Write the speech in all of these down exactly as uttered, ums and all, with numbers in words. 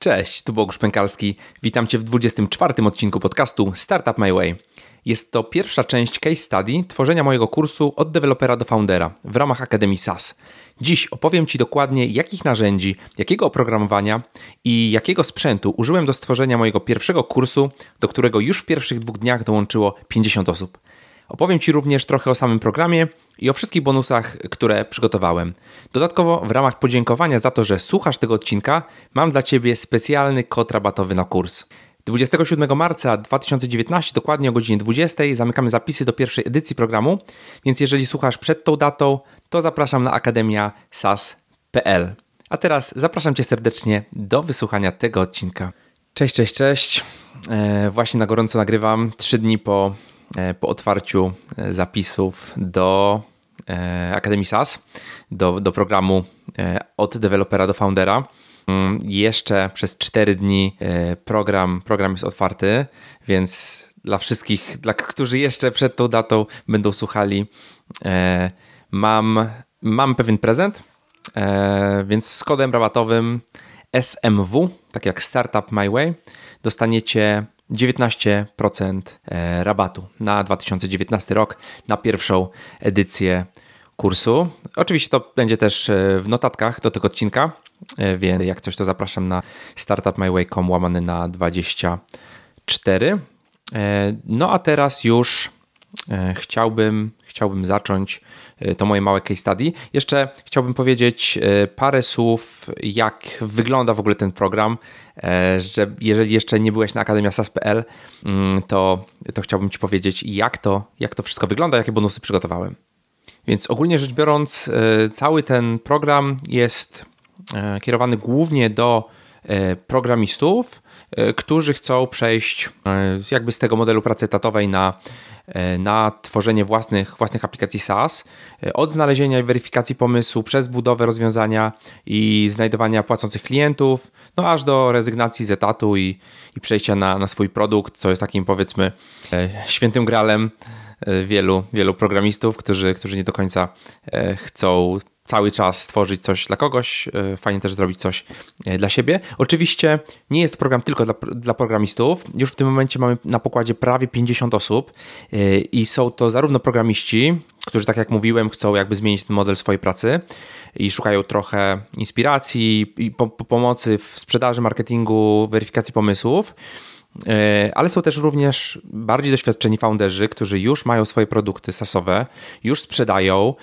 Cześć, tu Bogusz Pękalski. Witam Cię w dwudziestym czwartym odcinku podcastu Startup My Way. Jest to pierwsza część case study tworzenia mojego kursu od dewelopera do foundera w ramach Akademii SaaS. Dziś opowiem Ci dokładnie, jakich narzędzi, jakiego oprogramowania i jakiego sprzętu użyłem do stworzenia mojego pierwszego kursu, do którego już w pierwszych dwóch dniach dołączyło pięćdziesiąt osób. Opowiem Ci również trochę o samym programie i o wszystkich bonusach, które przygotowałem. Dodatkowo w ramach podziękowania za to, że słuchasz tego odcinka, mam dla Ciebie specjalny kod rabatowy na kurs. dwudziestego siódmego marca dwa tysiące dziewiętnastego, dokładnie o godzinie dwudziestej, zamykamy zapisy do pierwszej edycji programu, więc jeżeli słuchasz przed tą datą, to zapraszam na akademia sas kropka pe el. A teraz zapraszam Cię serdecznie do wysłuchania tego odcinka. Cześć, cześć, cześć. E, właśnie na gorąco nagrywam trzy dni po, e, po otwarciu zapisów do e, Akademii SaaS, do, do programu e, od dewelopera do foundera. Jeszcze przez cztery dni program, program jest otwarty, więc dla wszystkich, dla którzy jeszcze przed tą datą będą słuchali, mam, mam pewien prezent, więc z kodem rabatowym es em wu, tak jak Startup My Way, dostaniecie dziewiętnaście procent rabatu na dwa tysiące dziewiętnasty rok, na pierwszą edycję kursu. Oczywiście to będzie też w notatkach do tego odcinka, więc jak coś to zapraszam na startupmyway kropka com łamane na dwadzieścia cztery. No a teraz już chciałbym, chciałbym zacząć to moje małe case study. Jeszcze chciałbym powiedzieć parę słów, jak wygląda w ogóle ten program, że jeżeli jeszcze nie byłeś na akademia sas kropka pe el, to, to chciałbym Ci powiedzieć, jak to, jak to wszystko wygląda, jakie bonusy przygotowałem. Więc ogólnie rzecz biorąc, cały ten program jest kierowany głównie do programistów, którzy chcą przejść jakby z tego modelu pracy etatowej na, na tworzenie własnych, własnych aplikacji SaaS, od znalezienia i weryfikacji pomysłu, przez budowę rozwiązania i znajdowania płacących klientów, no aż do rezygnacji z etatu i, i przejścia na, na swój produkt, co jest takim, powiedzmy, świętym gralem wielu, wielu programistów, którzy, którzy nie do końca chcą cały czas stworzyć coś dla kogoś, fajnie też zrobić coś dla siebie. Oczywiście nie jest to program tylko dla, dla programistów. Już w tym momencie mamy na pokładzie prawie pięćdziesiąt osób i są to zarówno programiści, którzy, tak jak mówiłem, chcą jakby zmienić ten model swojej pracy i szukają trochę inspiracji i po, po pomocy w sprzedaży, marketingu, weryfikacji pomysłów, ale są też również bardziej doświadczeni founderzy, którzy już mają swoje produkty SaaSowe, już sprzedają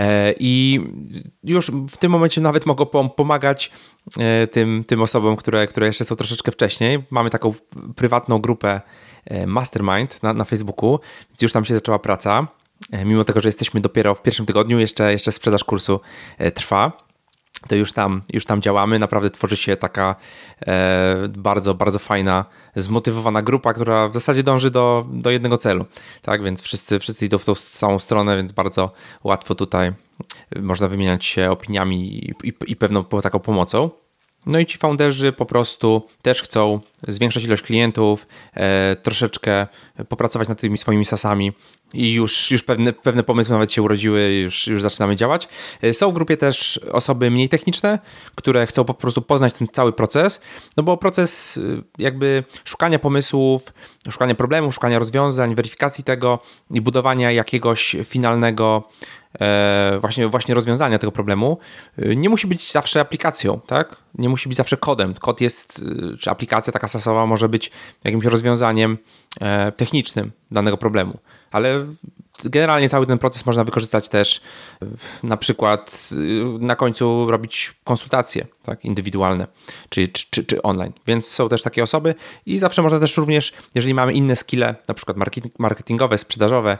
i już w tym momencie nawet mogą pomagać tym, tym osobom, które, które jeszcze są troszeczkę wcześniej. Mamy taką prywatną grupę Mastermind na, na Facebooku, więc już tam się zaczęła praca. Mimo tego, że jesteśmy dopiero w pierwszym tygodniu, jeszcze, jeszcze sprzedaż kursu trwa. To już tam, już tam działamy. Naprawdę tworzy się taka e, bardzo, bardzo fajna, zmotywowana grupa, która w zasadzie dąży do, do jednego celu. Tak, więc wszyscy, wszyscy idą w tą samą stronę, więc bardzo łatwo tutaj można wymieniać się opiniami i, i, i pewną taką pomocą. No i ci founderzy po prostu też chcą zwiększać ilość klientów, e, troszeczkę popracować nad tymi swoimi sasami i już, już pewne, pewne pomysły nawet się urodziły, już, już zaczynamy działać. E, są w grupie też osoby mniej techniczne, które chcą po prostu poznać ten cały proces, no bo proces jakby szukania pomysłów, szukania problemów, szukania rozwiązań, weryfikacji tego i budowania jakiegoś finalnego Właśnie, właśnie rozwiązania tego problemu nie musi być zawsze aplikacją, tak? Nie musi być zawsze kodem. Kod jest, czy aplikacja taka SaaSowa może być jakimś rozwiązaniem technicznym danego problemu, ale generalnie cały ten proces można wykorzystać też na przykład na końcu robić konsultacje, tak? Indywidualne czy, czy, czy online, więc są też takie osoby i zawsze można też również, jeżeli mamy inne skille, na przykład marketingowe, sprzedażowe,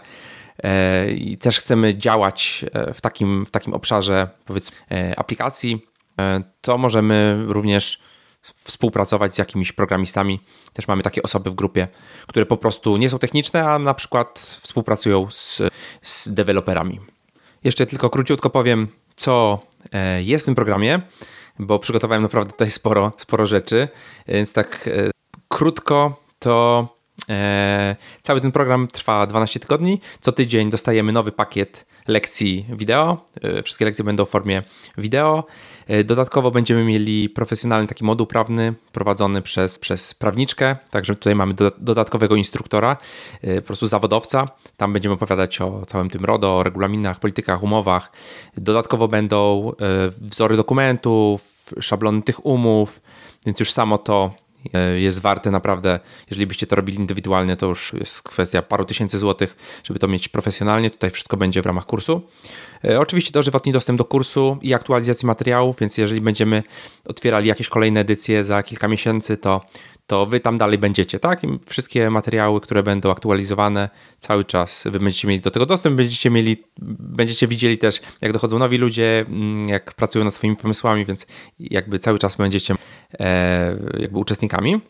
i też chcemy działać w takim, w takim obszarze, powiedzmy, aplikacji, to możemy również współpracować z jakimiś programistami. Też mamy takie osoby w grupie, które po prostu nie są techniczne, a na przykład współpracują z, z deweloperami. Jeszcze tylko króciutko powiem, co jest w tym programie, bo przygotowałem naprawdę tutaj sporo, sporo rzeczy, więc tak krótko to... Cały ten program trwa dwanaście tygodni. Co tydzień dostajemy nowy pakiet lekcji wideo. Wszystkie lekcje będą w formie wideo. Dodatkowo będziemy mieli profesjonalny taki moduł prawny prowadzony przez, przez prawniczkę, także tutaj mamy do, dodatkowego instruktora, po prostu zawodowca. Tam będziemy opowiadać o całym tym RODO, o regulaminach, politykach, umowach. Dodatkowo będą wzory dokumentów, szablony tych umów, więc już samo to jest warte naprawdę, jeżeli byście to robili indywidualnie, to już jest kwestia paru tysięcy złotych, żeby to mieć profesjonalnie. Tutaj wszystko będzie w ramach kursu. Oczywiście dożywotni dostęp do kursu i aktualizacji materiałów, więc jeżeli będziemy otwierali jakieś kolejne edycje za kilka miesięcy, to, to wy tam dalej będziecie, tak? I wszystkie materiały, które będą aktualizowane cały czas, wy będziecie mieli do tego dostęp, będziecie mieli, będziecie widzieli też, jak dochodzą nowi ludzie, jak pracują nad swoimi pomysłami, więc jakby cały czas będziecie e, jakby uczestnikami.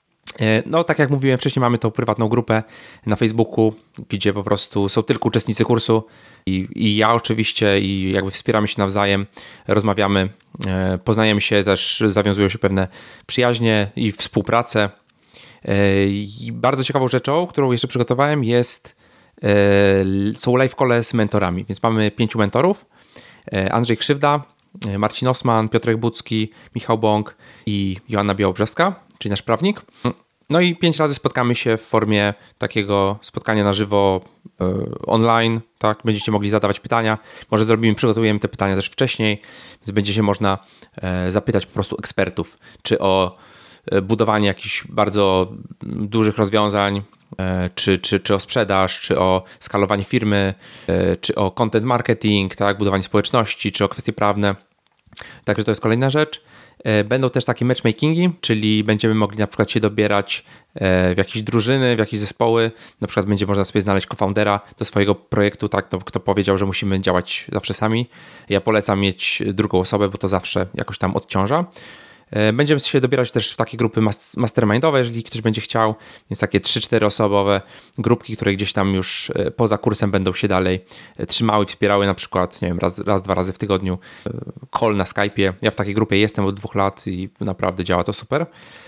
No, tak jak mówiłem wcześniej, mamy tą prywatną grupę na Facebooku, gdzie po prostu są tylko uczestnicy kursu i, i ja oczywiście i jakby wspieramy się nawzajem, rozmawiamy, e, poznajemy się też, zawiązują się pewne przyjaźnie i współpracę. E, I bardzo ciekawą rzeczą, którą jeszcze przygotowałem jest, e, są live call z mentorami, więc mamy pięciu mentorów, e, Andrzej Krzywda, Marcin Osman, Piotrek Bucki, Michał Bąk i Joanna Białobrzewska, czyli nasz prawnik. No i pięć razy spotkamy się w formie takiego spotkania na żywo y, online, tak? Będziecie mogli zadawać pytania. Może zrobimy, przygotujemy te pytania też wcześniej, więc będzie się można y, zapytać po prostu ekspertów, czy o y, budowanie jakichś bardzo dużych rozwiązań, y, czy, czy, czy o sprzedaż, czy o skalowanie firmy, y, czy o content marketing, tak? Budowanie społeczności, czy o kwestie prawne. Także to jest kolejna rzecz. Będą też takie matchmakingi, czyli będziemy mogli na przykład się dobierać w jakieś drużyny, w jakieś zespoły. Na przykład będzie można sobie znaleźć co-foundera do swojego projektu, tak, no, kto powiedział, że musimy działać zawsze sami. Ja polecam mieć drugą osobę, bo to zawsze jakoś tam odciąża. Będziemy się dobierać też w takie grupy mastermindowe, jeżeli ktoś będzie chciał, więc takie trzy cztery osobowe grupki, które gdzieś tam już poza kursem będą się dalej trzymały, wspierały, na przykład, nie wiem, raz, raz dwa razy w tygodniu call na Skype'ie. Ja w takiej grupie jestem od dwóch lat i naprawdę działa to super.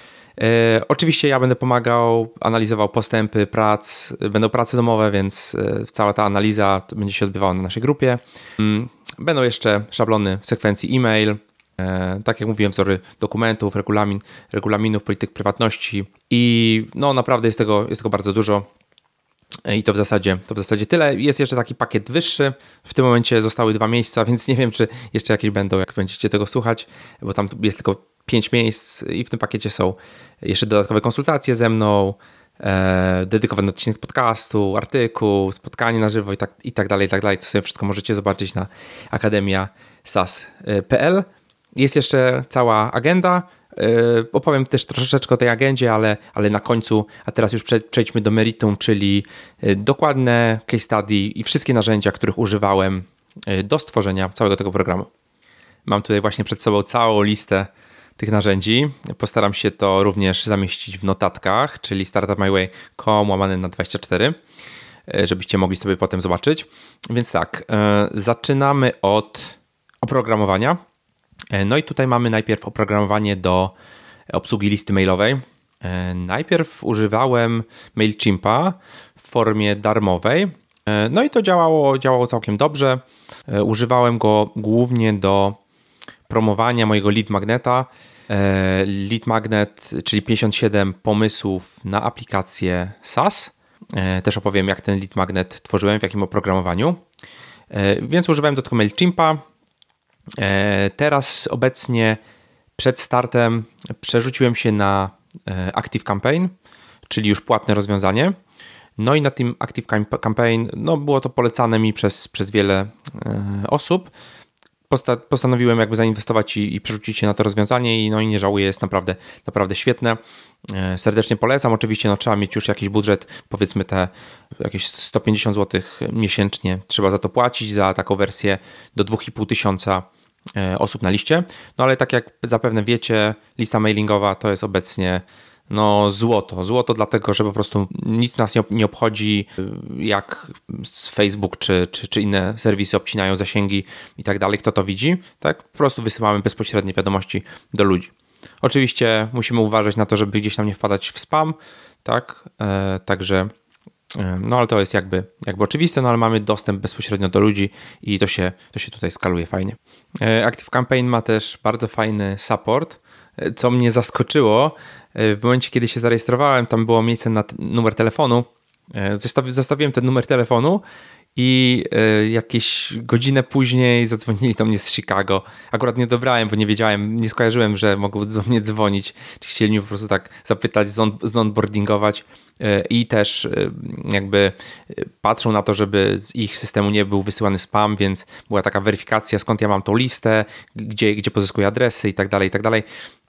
E, oczywiście ja będę pomagał, analizował postępy prac, będą prace domowe, więc cała ta analiza będzie się odbywała na naszej grupie. Będą jeszcze szablony sekwencji e-mail, tak jak mówiłem, wzory dokumentów, regulamin, regulaminów, polityk prywatności i no naprawdę jest tego, jest tego bardzo dużo i to w zasadzie to w zasadzie tyle. Jest jeszcze taki pakiet wyższy, w tym momencie zostały dwa miejsca, więc nie wiem, czy jeszcze jakieś będą, jak będziecie tego słuchać, bo tam jest tylko pięć miejsc i w tym pakiecie są jeszcze dodatkowe konsultacje ze mną, e, dedykowany odcinek podcastu, artykuł, spotkanie na żywo i tak, i tak dalej, i tak dalej. To sobie wszystko możecie zobaczyć na akademia sas kropka p l. Jest jeszcze cała agenda, yy, opowiem też troszeczkę o tej agendzie, ale, ale na końcu, a teraz już prze, przejdźmy do meritum, czyli yy, dokładne case study i wszystkie narzędzia, których używałem yy, do stworzenia całego tego programu. Mam tutaj właśnie przed sobą całą listę tych narzędzi. Postaram się to również zamieścić w notatkach, czyli startupmyway kropka com łamane na dwadzieścia cztery, yy, żebyście mogli sobie potem zobaczyć. Więc tak, yy, zaczynamy od oprogramowania. No i tutaj mamy najpierw oprogramowanie do obsługi listy mailowej. Najpierw używałem MailChimpa w formie darmowej. No i to działało, działało całkiem dobrze. Używałem go głównie do promowania mojego lead magneta. Lead magnet, czyli pięćdziesiąt siedem pomysłów na aplikację SaaS. Też opowiem, jak ten lead magnet tworzyłem, w jakim oprogramowaniu. Więc używałem do tego MailChimpa. Teraz obecnie przed startem przerzuciłem się na ActiveCampaign, czyli już płatne rozwiązanie. No i na tym ActiveCampaign no było to polecane mi przez, przez wiele osób. Posta- postanowiłem jakby zainwestować i, i przerzucić się na to rozwiązanie i no i nie żałuję, jest naprawdę, naprawdę świetne. Serdecznie polecam. Oczywiście no, trzeba mieć już jakiś budżet, powiedzmy te jakieś sto pięćdziesiąt złotych miesięcznie trzeba za to płacić, za taką wersję do dwa i pół tysiąca osób na liście. No ale tak jak zapewne wiecie, lista mailingowa to jest obecnie no złoto. Złoto dlatego, że po prostu nic nas nie obchodzi, jak Facebook czy, czy, czy inne serwisy obcinają zasięgi i tak dalej. Kto to widzi? Tak? Po prostu wysyłamy bezpośrednie wiadomości do ludzi. Oczywiście musimy uważać na to, żeby gdzieś tam nie wpadać w spam, tak? E, także No ale to jest jakby, jakby oczywiste, no ale mamy dostęp bezpośrednio do ludzi i to się, to się tutaj skaluje fajnie. ActiveCampaign ma też bardzo fajny support, co mnie zaskoczyło. W momencie, kiedy się zarejestrowałem, tam było miejsce na t- numer telefonu. Zostawi- zostawiłem ten numer telefonu i y, jakieś godzinę później zadzwonili do mnie z Chicago. Akurat nie dobrałem, bo nie wiedziałem, nie skojarzyłem, że mogą do mnie dzwonić. Czy chcieli mnie po prostu tak zapytać, zonboardingować y, i też y, jakby y, patrzą na to, żeby z ich systemu nie był wysyłany spam, więc była taka weryfikacja, skąd ja mam tą listę, gdzie, gdzie pozyskuję adresy i tak dalej, i tak dalej.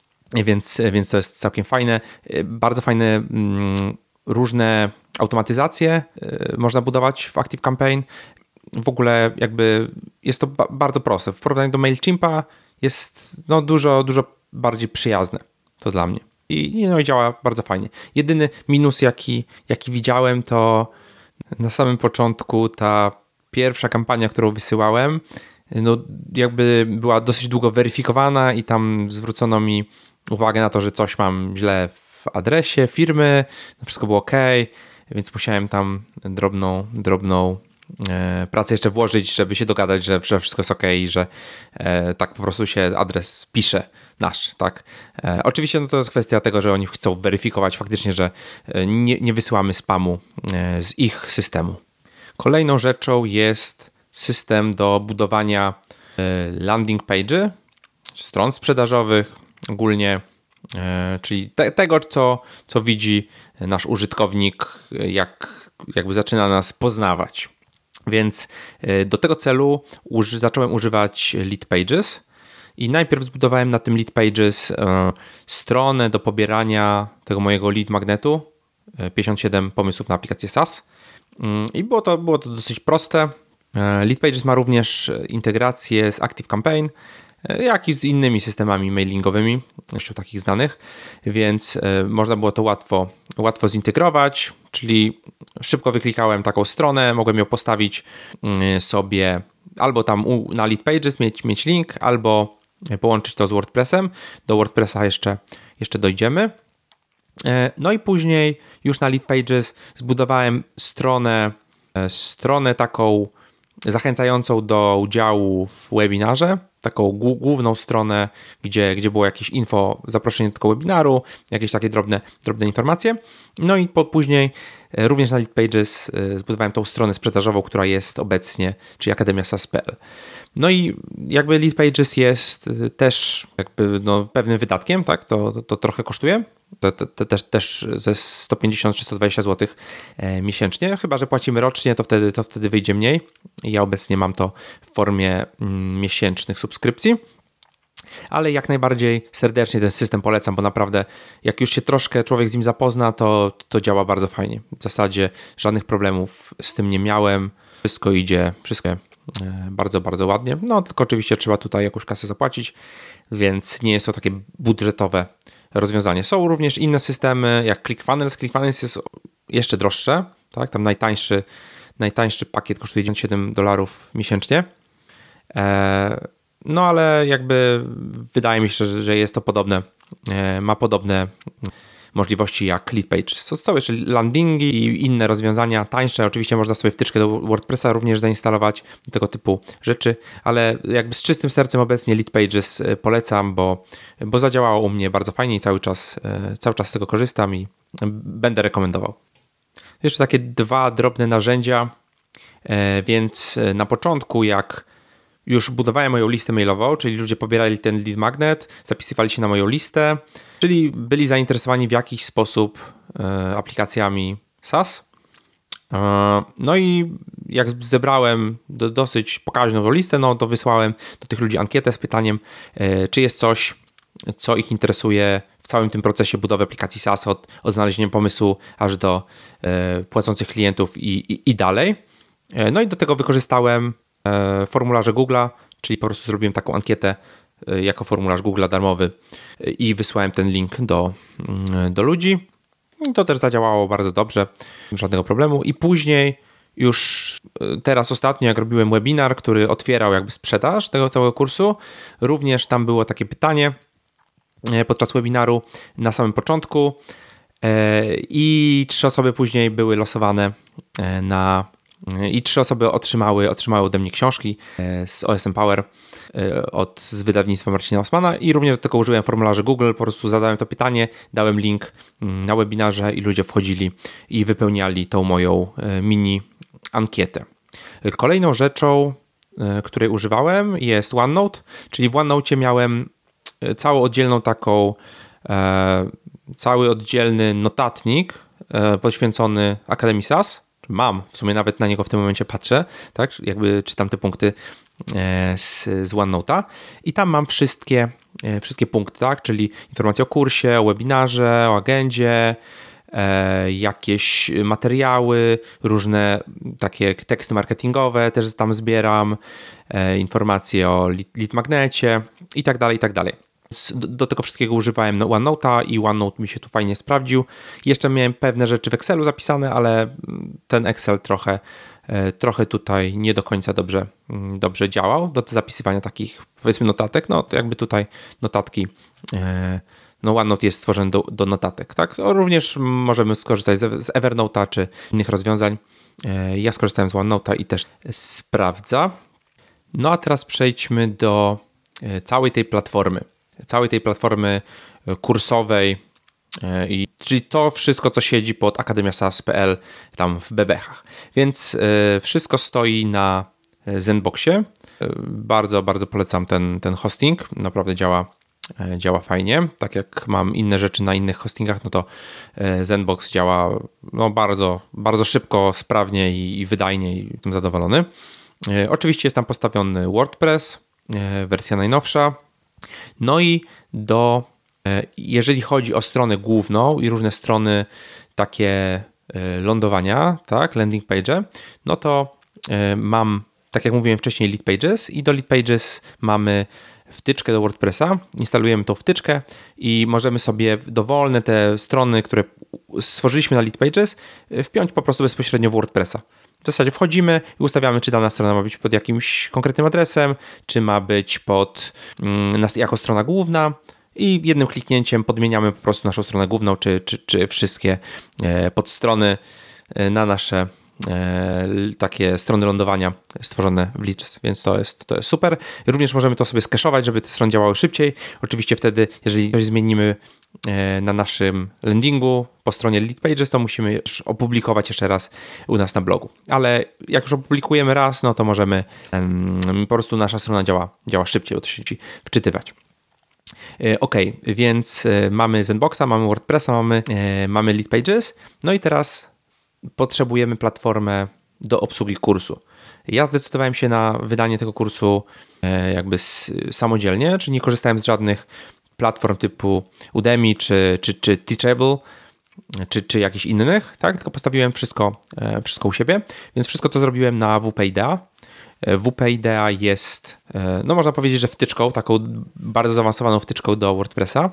Więc, więc to jest całkiem fajne. Bardzo fajne mm, różne automatyzacje y, można budować w ActiveCampaign. W ogóle jakby jest to ba- bardzo proste. W porównaniu do MailChimpa jest no, dużo, dużo bardziej przyjazne to dla mnie. I, no, i działa bardzo fajnie. Jedyny minus, jaki, jaki widziałem, to na samym początku ta pierwsza kampania, którą wysyłałem, no jakby była dosyć długo weryfikowana i tam zwrócono mi uwagę na to, że coś mam źle w adresie firmy, no wszystko było ok, więc musiałem tam drobną, drobną e, pracę jeszcze włożyć, żeby się dogadać, że, że wszystko jest ok i że e, tak po prostu się adres pisze nasz, tak. E, oczywiście no to jest kwestia tego, że oni chcą weryfikować faktycznie, że nie, nie wysyłamy spamu e, z ich systemu. Kolejną rzeczą jest system do budowania e, landing page'y, stron sprzedażowych, ogólnie, e, czyli te, tego, co, co widzi nasz użytkownik, jak jakby zaczyna nas poznawać. Więc e, do tego celu uży, zacząłem używać Lead Pages i najpierw zbudowałem na tym Lead Pages e, stronę do pobierania tego mojego lead magnetu, e, pięćdziesiąt siedem pomysłów na aplikację SaaS. I było to, było to dosyć proste. Lead Pages ma również integrację z ActiveCampaign, jak i z innymi systemami mailingowymi, jeszcze takich znanych, więc można było to łatwo, łatwo zintegrować, czyli szybko wyklikałem taką stronę, mogłem ją postawić sobie albo tam na Lead Pages, mieć, mieć link, albo połączyć to z WordPressem. Do WordPressa jeszcze, jeszcze dojdziemy. No i później już na Lead Pages zbudowałem stronę, stronę taką zachęcającą do udziału w webinarze, taką g- główną stronę, gdzie, gdzie było jakieś info, zaproszenie do tego webinaru, jakieś takie drobne, drobne informacje. No i po, później również na Lead Pages zbudowałem tą stronę sprzedażową, która jest obecnie, czyli akademia sas kropka pe el. No i jakby Lead Pages jest też jakby no pewnym wydatkiem, tak? To, to, to trochę kosztuje. To, to, to też, też ze sto pięćdziesiąt czy sto dwadzieścia złotych e, miesięcznie, chyba że płacimy rocznie, to wtedy, to wtedy wyjdzie mniej. Ja obecnie mam to w formie mm, miesięcznych subskrypcji, ale jak najbardziej serdecznie ten system polecam, bo naprawdę jak już się troszkę człowiek z nim zapozna, to, to działa bardzo fajnie. W zasadzie żadnych problemów z tym nie miałem, wszystko idzie, wszystko e, bardzo, bardzo ładnie. No tylko oczywiście trzeba tutaj jakąś kasę zapłacić, więc nie jest to takie budżetowe rozwiązanie. Są również inne systemy jak ClickFunnels. ClickFunnels jest jeszcze droższe, tak? Tam najtańszy, najtańszy pakiet kosztuje dziewięćdziesiąt siedem dolarów miesięcznie. E, no ale jakby wydaje mi się, że, że jest to podobne, e, ma podobne możliwości jak Lead Pages. Są jeszcze landingi i inne rozwiązania tańsze. Oczywiście można sobie wtyczkę do WordPressa również zainstalować, tego typu rzeczy, ale jakby z czystym sercem obecnie Lead Pages polecam, bo, bo zadziałało u mnie bardzo fajnie i cały czas, cały czas z tego korzystam i będę rekomendował. Jeszcze takie dwa drobne narzędzia, więc na początku jak już budowałem moją listę mailową, czyli ludzie pobierali ten lead magnet, zapisywali się na moją listę, czyli byli zainteresowani w jakiś sposób e, aplikacjami SaaS. E, no i jak zebrałem do, dosyć pokaźną listę, no to wysłałem do tych ludzi ankietę z pytaniem, e, czy jest coś, co ich interesuje w całym tym procesie budowy aplikacji SaaS, od, od znalezienia pomysłu aż do e, płacących klientów i, i, i dalej. E, no i do tego wykorzystałem formularze Google'a, czyli po prostu zrobiłem taką ankietę jako formularz Google'a darmowy i wysłałem ten link do, do ludzi. I to też zadziałało bardzo dobrze, żadnego problemu. I później już teraz ostatnio, jak robiłem webinar, który otwierał jakby sprzedaż tego całego kursu, również tam było takie pytanie podczas webinaru na samym początku, i trzy osoby później były losowane na i trzy osoby otrzymały, otrzymały ode mnie książki z O S M Power od z wydawnictwa Marcina Osmana i również tylko użyłem formularzy Google, po prostu zadałem to pytanie, dałem link na webinarze i ludzie wchodzili i wypełniali tą moją mini ankietę. Kolejną rzeczą, której używałem, jest OneNote, czyli w OneNote miałem całą oddzielną taką e, cały oddzielny notatnik e, poświęcony Akademii S A S. Mam, w sumie nawet na niego w tym momencie patrzę, tak, jakby czytam te punkty e, z, z OneNote'a i tam mam wszystkie, e, wszystkie punkty, tak, czyli informacje o kursie, o webinarze, o agendzie, e, jakieś materiały, różne takie teksty marketingowe też tam zbieram, e, informacje o lead, lead magnecie i tak dalej, i tak dalej. Do, do tego wszystkiego używałem OneNote'a i OneNote mi się tu fajnie sprawdził. Jeszcze miałem pewne rzeczy w Excelu zapisane, ale ten Excel trochę, trochę tutaj nie do końca dobrze, dobrze działał do zapisywania takich, powiedzmy, notatek. No to jakby tutaj notatki, no OneNote jest stworzony do, do notatek, tak? To również możemy skorzystać z, z Evernote'a czy innych rozwiązań. Ja skorzystałem z OneNote'a i też sprawdza. No a teraz przejdźmy do całej tej platformy. całej tej platformy kursowej, i, czyli to wszystko, co siedzi pod akademia S A S kropka p l tam w bebechach. Więc y, wszystko stoi na Zenboxie. Y, bardzo, bardzo polecam ten, ten hosting. Naprawdę działa, y, działa fajnie. Tak jak mam inne rzeczy na innych hostingach, no to y, Zenbox działa no, bardzo, bardzo szybko, sprawnie i, i wydajnie i jestem zadowolony. Y, oczywiście jest tam postawiony WordPress, y, wersja najnowsza. No i do, jeżeli chodzi o stronę główną i różne strony takie lądowania, tak, landing page, no to mam, tak jak mówiłem wcześniej, lead pages i do lead pages mamy wtyczkę do WordPressa, instalujemy tą wtyczkę i możemy sobie dowolne te strony, które stworzyliśmy na lead pages, wpiąć po prostu bezpośrednio w WordPressa. W zasadzie wchodzimy i ustawiamy, czy dana strona ma być pod jakimś konkretnym adresem, czy ma być pod mm, jako strona główna i jednym kliknięciem podmieniamy po prostu naszą stronę główną, czy, czy, czy wszystkie e, podstrony e, na nasze e, takie strony lądowania stworzone w Leaders, więc to jest, to jest super. Również możemy to sobie skeszować, żeby te strony działały szybciej. Oczywiście wtedy, jeżeli coś zmienimy na naszym landingu po stronie Lead Pages, to musimy już opublikować jeszcze raz u nas na blogu. Ale jak już opublikujemy raz, no to możemy um, po prostu nasza strona działa, działa szybciej, bo to się wczytywać. Ok, więc mamy Zenboxa, mamy WordPressa, mamy, mamy Lead Pages, no i teraz potrzebujemy platformę do obsługi kursu. Ja zdecydowałem się na wydanie tego kursu jakby samodzielnie, czyli nie korzystałem z żadnych platform typu Udemy czy, czy, czy Teachable, czy, czy jakichś innych, tak? Tylko postawiłem wszystko, wszystko u siebie, więc wszystko to zrobiłem na W P Idea. W P Idea jest, no można powiedzieć, że wtyczką, taką bardzo zaawansowaną wtyczką do WordPressa,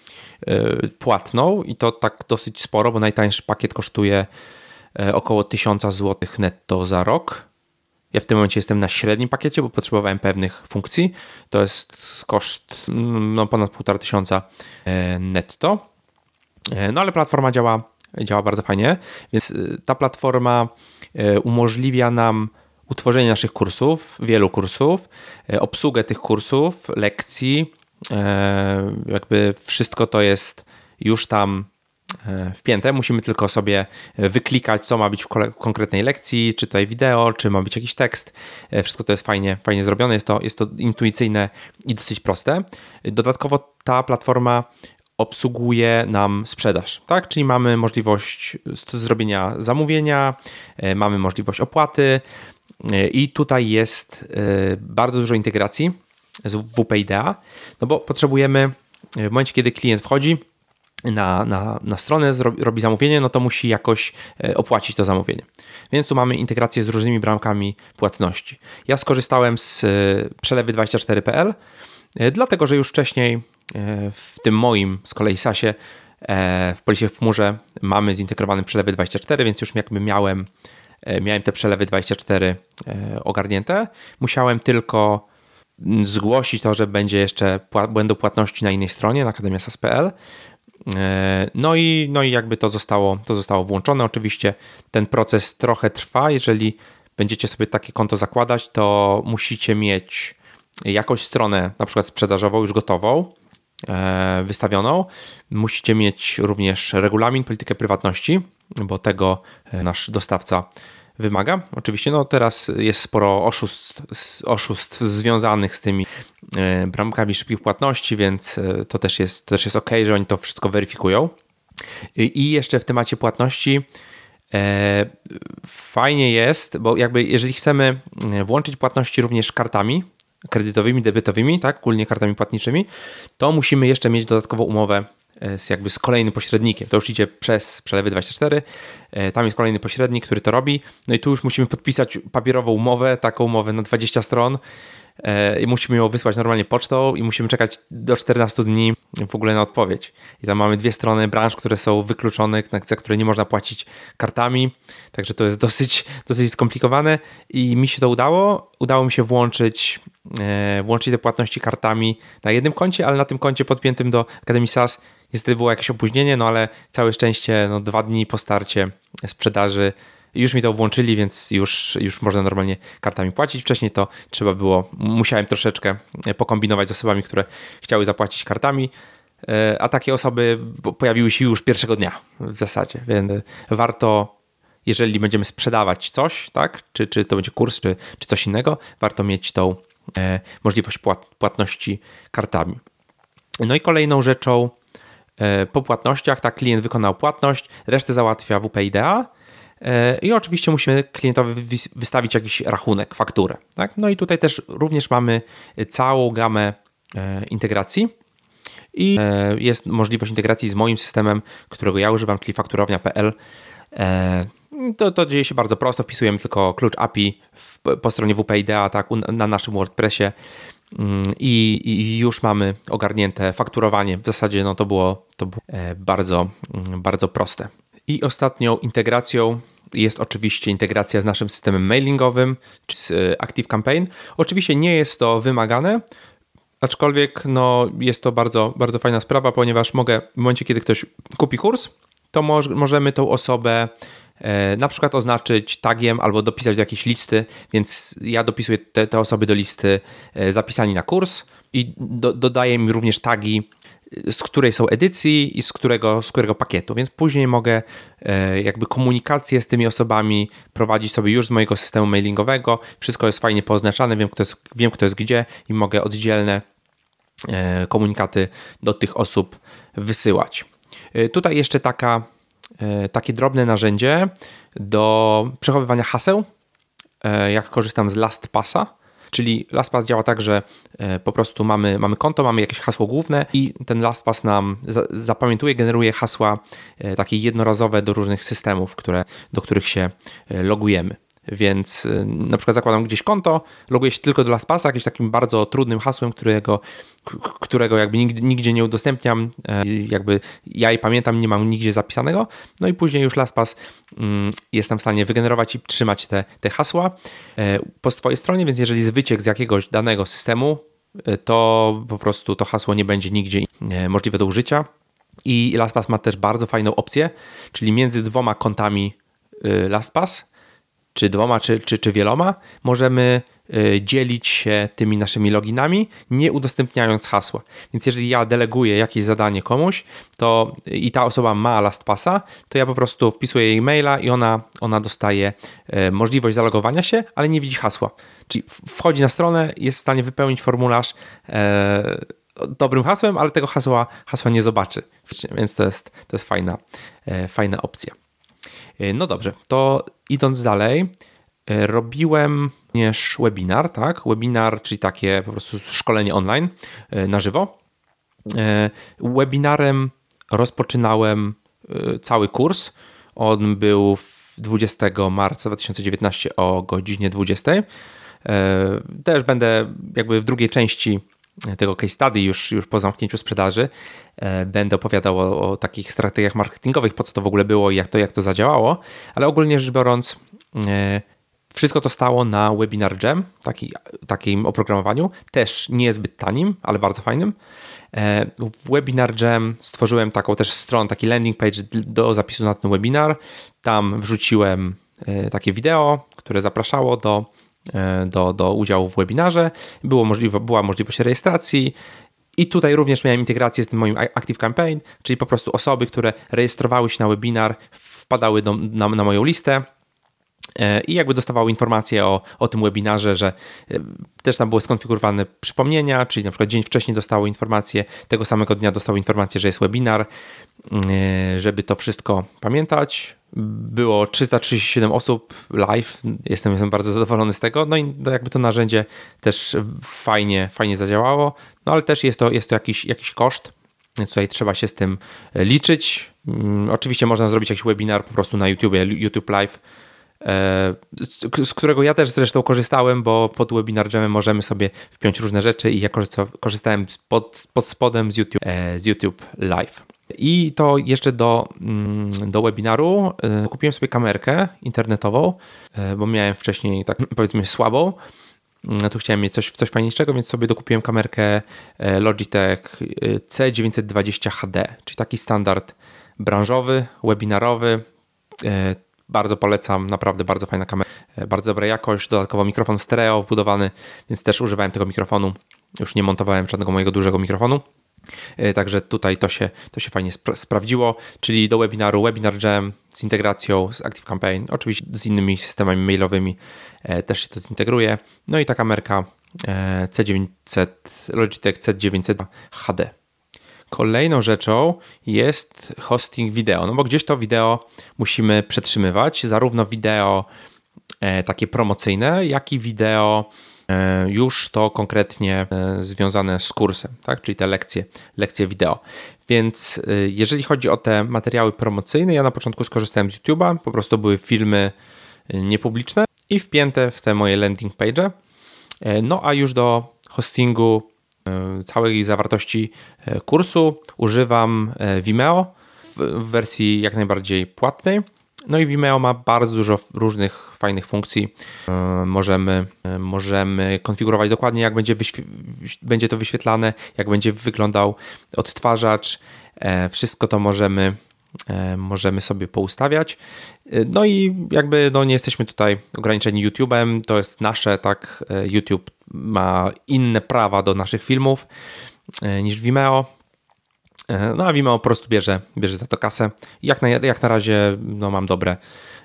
płatną i to tak dosyć sporo, bo najtańszy pakiet kosztuje około tysiąc złotych netto za rok. Ja w tym momencie jestem na średnim pakiecie, bo potrzebowałem pewnych funkcji. To jest koszt no, ponad półtora tysiąca netto. No ale platforma działa, działa bardzo fajnie, więc ta platforma umożliwia nam utworzenie naszych kursów, wielu kursów, obsługę tych kursów, lekcji. Jakby wszystko to jest już tam wpięte. Musimy tylko sobie wyklikać, co ma być w konkretnej lekcji, czy tutaj wideo, czy ma być jakiś tekst. Wszystko to jest fajnie, fajnie zrobione, jest to, jest to intuicyjne i dosyć proste. Dodatkowo ta platforma obsługuje nam sprzedaż, tak? Czyli mamy możliwość zrobienia zamówienia, mamy możliwość opłaty i tutaj jest bardzo dużo integracji z W P Idea, no bo potrzebujemy w momencie, kiedy klient wchodzi Na, na, na stronę, zrobi, robi zamówienie, no to musi jakoś opłacić to zamówienie. Więc tu mamy integrację z różnymi bramkami płatności. Ja skorzystałem z przelewy dwadzieścia cztery kropka p l, dlatego że już wcześniej w tym moim z kolei sasie w Polisie w chmurze mamy zintegrowany przelewy dwadzieścia cztery, więc już jakby miałem, miałem te przelewy dwadzieścia cztery ogarnięte. Musiałem tylko zgłosić to, że będzie jeszcze będą płatności na innej stronie, na akademia S A S kropka p l. No i, no i jakby to zostało, to zostało włączone. Oczywiście ten proces trochę trwa. Jeżeli będziecie sobie takie konto zakładać, to musicie mieć jakąś stronę, na przykład sprzedażową, już gotową, wystawioną. Musicie mieć również regulamin, politykę prywatności, bo tego nasz dostawca wymaga. Oczywiście no teraz jest sporo oszustw, oszustw związanych z tymi bramkami szybkich płatności, więc to też jest, to też jest ok, że oni to wszystko weryfikują. I jeszcze w temacie płatności e, fajnie jest, bo jakby jeżeli chcemy włączyć płatności również kartami kredytowymi, debietowymi, tak, ogólnie kartami płatniczymi, to musimy jeszcze mieć dodatkową umowę z, jakby z kolejnym pośrednikiem. To już idzie przez Przelewy dwadzieścia cztery. Tam jest kolejny pośrednik, który to robi. No i tu już musimy podpisać papierową umowę, taką umowę na dwadzieścia stron. I musimy ją wysłać normalnie pocztą i musimy czekać do czternastu dni w ogóle na odpowiedź. I tam mamy dwie strony branż, które są wykluczone, za które nie można płacić kartami. Także to jest dosyć, dosyć skomplikowane i mi się to udało. Udało mi się włączyć, e, włączyć te płatności kartami na jednym koncie, ale na tym koncie podpiętym do Akademii SaaS niestety było jakieś opóźnienie, no ale całe szczęście no, dwa dni po starcie sprzedaży już mi to włączyli, więc już, już można normalnie kartami płacić. Wcześniej to trzeba było, musiałem troszeczkę pokombinować z osobami, które chciały zapłacić kartami, a takie osoby pojawiły się już pierwszego dnia w zasadzie, więc warto, jeżeli będziemy sprzedawać coś, tak, czy, czy to będzie kurs, czy, czy coś innego, warto mieć tą e, możliwość płat, płatności kartami. No i kolejną rzeczą e, po płatnościach, tak, klient wykonał płatność, resztę załatwia W P I D A, i oczywiście musimy klientowi wystawić jakiś rachunek, fakturę. Tak? No i tutaj też również mamy całą gamę integracji i jest możliwość integracji z moim systemem, którego ja używam, czyli fakturownia kropka p l. To, to dzieje się bardzo prosto, wpisujemy tylko klucz A P I w, po stronie W P I D A, tak, na naszym WordPressie i, i już mamy ogarnięte fakturowanie. W zasadzie no, to było, to było bardzo, bardzo proste. I ostatnią integracją jest oczywiście integracja z naszym systemem mailingowym, czy z ActiveCampaign. Oczywiście nie jest to wymagane, aczkolwiek no, jest to bardzo, bardzo fajna sprawa, ponieważ mogę w momencie, kiedy ktoś kupi kurs, to mo- możemy tą osobę e, na przykład oznaczyć tagiem albo dopisać do jakiejś listy, więc ja dopisuję te, te osoby do listy e, zapisani na kurs i do, dodaję mi również tagi, z której są edycji i z którego, z którego pakietu, więc później mogę e, jakby komunikację z tymi osobami prowadzić sobie już z mojego systemu mailingowego. Wszystko jest fajnie pooznaczane, wiem kto jest, wiem, kto jest gdzie i mogę oddzielne e, komunikaty do tych osób wysyłać. E, tutaj jeszcze taka, e, takie drobne narzędzie do przechowywania haseł, e, jak korzystam z LastPassa. Czyli LastPass działa tak, że po prostu mamy, mamy konto, mamy jakieś hasło główne i ten LastPass nam zapamiętuje, generuje hasła takie jednorazowe do różnych systemów, które, do których się logujemy. Więc na przykład zakładam gdzieś konto, loguję się tylko do LastPassa, jakimś takim bardzo trudnym hasłem, którego, którego jakby nigdy, nigdzie nie udostępniam, jakby ja je pamiętam, nie mam nigdzie zapisanego, no i później już LastPass jest tam w stanie wygenerować i trzymać te, te hasła po swojej stronie, więc jeżeli jest wyciek z jakiegoś danego systemu, to po prostu to hasło nie będzie nigdzie możliwe do użycia. I LastPass ma też bardzo fajną opcję, czyli między dwoma kontami LastPass, czy dwoma, czy, czy, czy wieloma, możemy y, dzielić się tymi naszymi loginami, nie udostępniając hasła. Więc jeżeli ja deleguję jakieś zadanie komuś, to i ta osoba ma LastPassa, to ja po prostu wpisuję jej maila i ona, ona dostaje y, możliwość zalogowania się, ale nie widzi hasła. Czyli wchodzi na stronę, jest w stanie wypełnić formularz y, dobrym hasłem, ale tego hasła, hasła nie zobaczy. Więc to jest, to jest fajna, y, fajna opcja. No dobrze, to idąc dalej, robiłem również webinar, tak? Webinar, czyli takie po prostu szkolenie online na żywo. Webinarem rozpoczynałem cały kurs. On był dwudziestego marca dwa tysiące dziewiętnastego o godzinie dwudziestej. Też będę jakby w drugiej części tego case study już, już po zamknięciu sprzedaży będę opowiadał o, o takich strategiach marketingowych, po co to w ogóle było i jak to, jak to zadziałało, ale ogólnie rzecz biorąc Wszystko to stało na Webinar Jam, taki, takim oprogramowaniu, też niezbyt tanim, ale bardzo fajnym. W Webinar Jam stworzyłem taką też stronę, taki landing page do zapisu na ten webinar. Tam wrzuciłem takie wideo, które zapraszało do, do, do udziału w webinarze. Było możliwe, była możliwość rejestracji i tutaj również miałem integrację z tym moim ActiveCampaign, czyli po prostu osoby, które rejestrowały się na webinar, wpadały do, na, na moją listę i jakby dostawały informacje o, o tym webinarze, że też tam były skonfigurowane przypomnienia, czyli na przykład dzień wcześniej dostały informację, tego samego dnia dostały informację, że jest webinar, żeby to wszystko pamiętać. Było trzysta trzydzieści siedem osób live, jestem, jestem bardzo zadowolony z tego, no i jakby to narzędzie też fajnie, fajnie zadziałało, no ale też jest to, jest to jakiś, jakiś koszt, więc tutaj trzeba się z tym liczyć. Oczywiście można zrobić jakiś webinar po prostu na YouTube, YouTube Live, z którego ja też zresztą korzystałem, bo pod Webinar Jamem możemy sobie wpiąć różne rzeczy i ja korzystałem pod, pod spodem z YouTube, z YouTube Live. I to jeszcze do, do webinaru kupiłem sobie kamerkę internetową, bo miałem wcześniej tak powiedzmy słabą. Tu chciałem mieć coś, coś fajniejszego, więc sobie dokupiłem kamerkę Logitech C dziewięćset dwadzieścia H D, czyli taki standard branżowy, webinarowy. Bardzo polecam, naprawdę bardzo fajna kamera, bardzo dobra jakość, dodatkowo mikrofon stereo wbudowany, więc też używałem tego mikrofonu, już nie montowałem żadnego mojego dużego mikrofonu, także tutaj to się, to się fajnie spra- sprawdziło, czyli do webinaru Webinar Jam z integracją z ActiveCampaign, oczywiście z innymi systemami mailowymi też się to zintegruje, no i ta kamerka C dziewięćset, Logitech C dziewięćset H D. Kolejną rzeczą jest hosting wideo, no bo gdzieś to wideo musimy przetrzymywać, zarówno wideo e, takie promocyjne, jak i wideo e, już to konkretnie e, związane z kursem, tak? Czyli te lekcje, lekcje wideo. Więc e, jeżeli chodzi o te materiały promocyjne, ja na początku skorzystałem z YouTube'a, po prostu były filmy niepubliczne i wpięte w te moje landing page'e, e, no a już do hostingu całej zawartości kursu używam Vimeo w wersji jak najbardziej płatnej. No i Vimeo ma bardzo dużo różnych fajnych funkcji. Możemy, możemy konfigurować dokładnie, jak będzie, wyświe- będzie to wyświetlane, jak będzie wyglądał odtwarzacz. Wszystko to możemy, możemy sobie poustawiać. No i jakby no nie jesteśmy tutaj ograniczeni YouTube'em, to jest nasze, tak, YouTube ma inne prawa do naszych filmów niż Vimeo. No a Vimeo po prostu bierze, bierze za to kasę. Jak na, jak na razie no, mam dobre,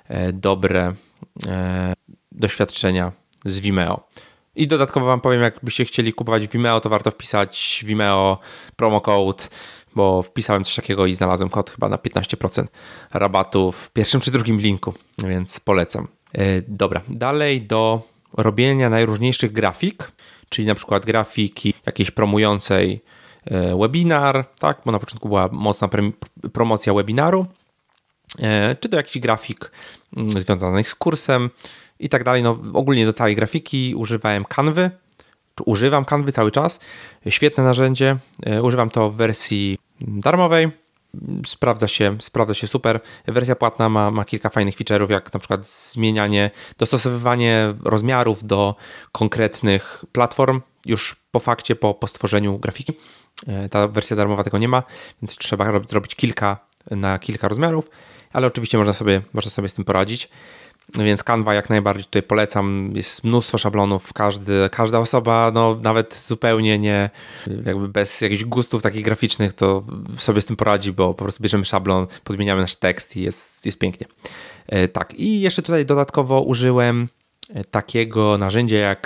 dobre e, doświadczenia z Vimeo. I dodatkowo wam powiem, jakbyście chcieli kupować Vimeo, to warto wpisać Vimeo promo code, bo wpisałem coś takiego i znalazłem kod chyba na piętnaście procent rabatu w pierwszym czy drugim linku, więc polecam. E, dobra, dalej do robienia najróżniejszych grafik, czyli na przykład grafiki jakiejś promującej e, webinar, tak, bo na początku była mocna pre- promocja webinaru, e, czy do jakichś grafik m, związanych z kursem i tak dalej. No, ogólnie do całej grafiki używałem Canvy, czy używam Canvy cały czas. Świetne narzędzie, e, używam to w wersji darmowej. Sprawdza się, sprawdza się super. Wersja płatna ma, ma kilka fajnych feature'ów, jak na przykład zmienianie, dostosowywanie rozmiarów do konkretnych platform już po fakcie, po, po stworzeniu grafiki. Ta wersja darmowa tego nie ma, więc trzeba robić, robić kilka na kilka rozmiarów, ale oczywiście można sobie, można sobie z tym poradzić. Więc Canva jak najbardziej tutaj polecam, jest mnóstwo szablonów, każdy, każda osoba, no nawet zupełnie nie, jakby bez jakichś gustów takich graficznych, to sobie z tym poradzi, bo po prostu bierzemy szablon, podmieniamy nasz tekst i jest, jest pięknie. E, tak, i jeszcze tutaj dodatkowo użyłem takiego narzędzia jak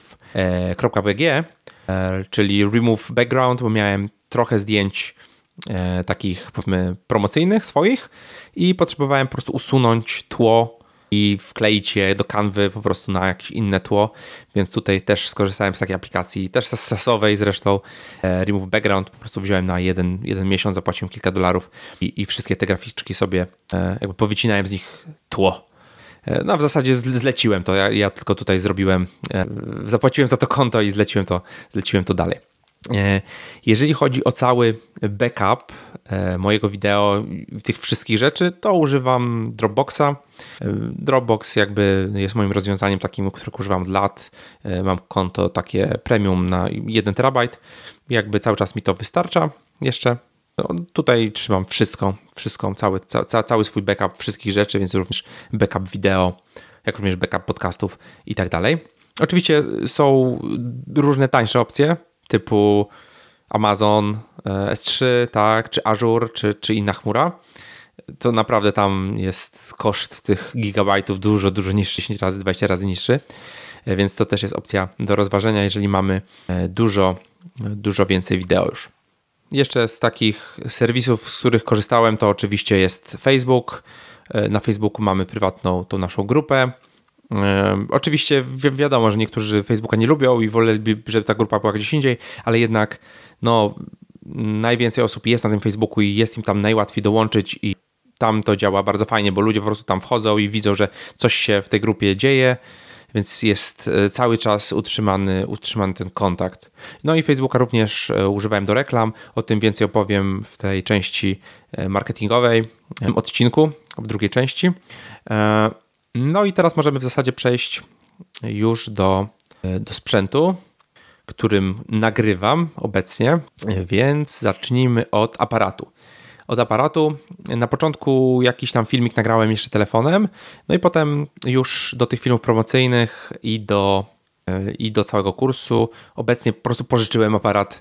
remove.bg, e, czyli remove background, bo miałem trochę zdjęć e, takich powiedzmy promocyjnych swoich i potrzebowałem po prostu usunąć tło i wkleić je do Canvy po prostu na jakieś inne tło, więc tutaj też skorzystałem z takiej aplikacji, też sasowej zresztą, e, Remove Background, po prostu wziąłem na jeden, jeden miesiąc, zapłaciłem kilka dolarów i, i wszystkie te graficzki sobie e, jakby powycinałem z nich tło. E, no w zasadzie zleciłem to, ja, ja tylko tutaj zrobiłem, e, zapłaciłem za to konto i zleciłem to, zleciłem to dalej. Jeżeli chodzi o cały backup mojego wideo, tych wszystkich rzeczy, to używam Dropboxa. Dropbox jakby jest moim rozwiązaniem takim, którego używam od lat. Mam konto takie premium na jeden terabajt. Jakby cały czas mi to wystarcza jeszcze. No, tutaj trzymam wszystko, wszystko cały, ca, cały swój backup wszystkich rzeczy, więc również backup wideo, jak również backup podcastów i tak dalej. Oczywiście są różne tańsze opcje, typu Amazon S trzy, tak, czy Azure, czy, czy inna chmura. To naprawdę tam jest koszt tych gigabajtów dużo, dużo niższy, dziesięć razy, dwadzieścia razy niższy, więc to też jest opcja do rozważenia, jeżeli mamy dużo, dużo więcej wideo już. Jeszcze z takich serwisów, z których korzystałem, to oczywiście jest Facebook. Na Facebooku mamy prywatną tą naszą grupę. Oczywiście wi- wiadomo, że niektórzy Facebooka nie lubią i woleliby, żeby ta grupa była gdzieś indziej, ale jednak no, najwięcej osób jest na tym Facebooku i jest im tam najłatwiej dołączyć i tam to działa bardzo fajnie, bo ludzie po prostu tam wchodzą i widzą, że coś się w tej grupie dzieje, więc jest cały czas utrzymany, utrzymany ten kontakt. No i Facebooka również używałem do reklam, o tym więcej opowiem w tej części marketingowej odcinku, w drugiej części. No i teraz możemy w zasadzie przejść już do, do sprzętu, którym nagrywam obecnie, więc zacznijmy od aparatu. Od aparatu. Na początku jakiś tam filmik nagrałem jeszcze telefonem, no i potem już do tych filmów promocyjnych i do, i do całego kursu. Obecnie po prostu pożyczyłem aparat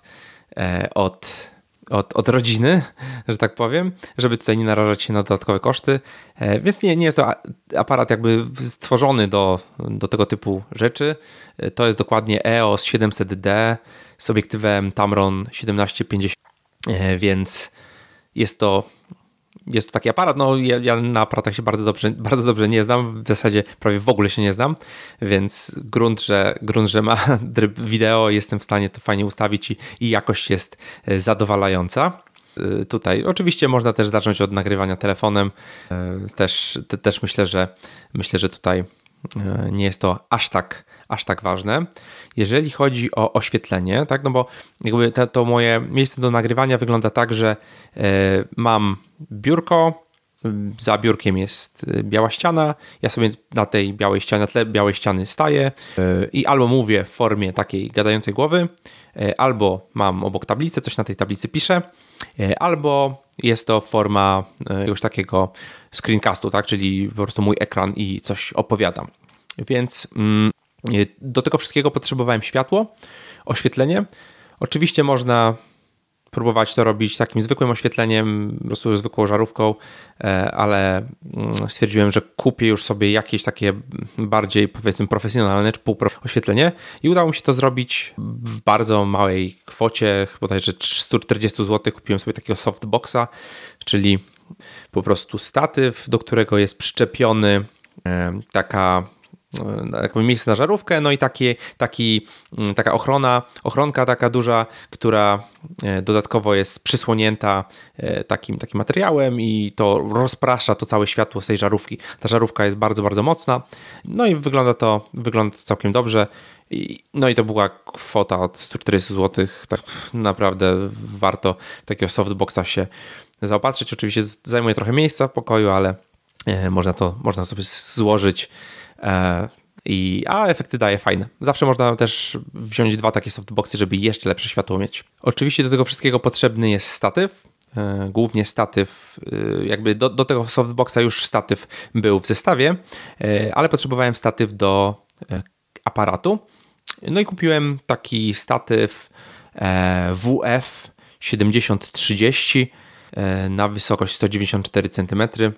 od, od, od rodziny, że tak powiem, żeby tutaj nie narażać się na dodatkowe koszty, więc nie, nie jest to aparat jakby stworzony do, do tego typu rzeczy. To jest dokładnie E O S siedemset D z obiektywem Tamron siedemnaście pięćdziesiąt, więc jest to, jest to taki aparat. No ja, ja na aparatach się bardzo dobrze, bardzo dobrze nie znam, w zasadzie prawie w ogóle się nie znam, więc grunt, że, grunt, że ma tryb wideo, jestem w stanie to fajnie ustawić i, i jakość jest zadowalająca. Tutaj oczywiście można też zacząć od nagrywania telefonem. Też, te, też myślę, że myślę, że tutaj nie jest to aż tak, aż tak ważne. Jeżeli chodzi o oświetlenie, tak, no bo jakby to, to moje miejsce do nagrywania wygląda tak, że y, mam biurko, za biurkiem jest biała ściana, ja sobie na tej białej ścianie, na tle białej ściany staję y, i albo mówię w formie takiej gadającej głowy, y, albo mam obok tablicę, coś na tej tablicy piszę, y, albo jest to forma y, już takiego screencastu, tak, czyli po prostu mój ekran i coś opowiadam. Więc y, do tego wszystkiego potrzebowałem światło, oświetlenie. Oczywiście można próbować to robić takim zwykłym oświetleniem, po prostu zwykłą żarówką, ale stwierdziłem, że kupię już sobie jakieś takie bardziej, powiedzmy, profesjonalne czy półprofesjonalne oświetlenie i udało mi się to zrobić w bardzo małej kwocie, bodajże trzysta czterdzieści złotych. Kupiłem sobie takiego softboxa, czyli po prostu statyw, do którego jest przyczepiony taka jakby miejsce na żarówkę, no i taki, taki, taka ochrona, ochronka taka duża, która dodatkowo jest przysłonięta takim, takim materiałem i to rozprasza to całe światło z tej żarówki. Ta żarówka jest bardzo, bardzo mocna, no i wygląda to, wygląda to całkiem dobrze. I, no i to była kwota od sto czterdzieści złotych, tak naprawdę warto takiego softboxa się zaopatrzyć. Oczywiście zajmuje trochę miejsca w pokoju, ale można to, można sobie złożyć. I, a efekty daje fajne. Zawsze można też wziąć dwa takie softboxy, żeby jeszcze lepsze światło mieć. Oczywiście do tego wszystkiego potrzebny jest statyw. Głównie statyw, jakby do, do tego softboxa już statyw był w zestawie, ale potrzebowałem statyw do aparatu. No i kupiłem taki statyw W F siedemdziesiąt trzydzieści na wysokość sto dziewięćdziesiąt cztery centymetry.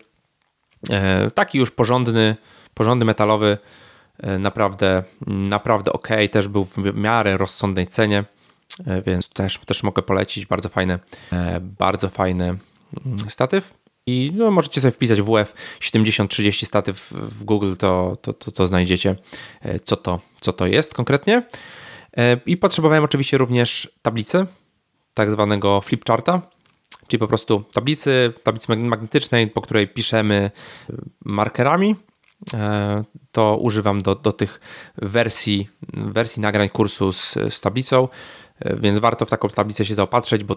Taki już porządny, porządny metalowy, naprawdę, naprawdę ok, też był w miarę rozsądnej cenie, więc też, też mogę polecić, bardzo fajny, bardzo fajny statyw. I no, możecie sobie wpisać W F siedemdziesiąt trzydzieści statyw w Google, to, to, to, to znajdziecie, co to, co to jest konkretnie. I potrzebowałem oczywiście również tablicy, tak zwanego flipcharta, czyli po prostu tablicy, tablicy magnetycznej, po której piszemy markerami. To używam do, do tych wersji, wersji nagrań kursu z, z tablicą, więc warto w taką tablicę się zaopatrzyć, bo to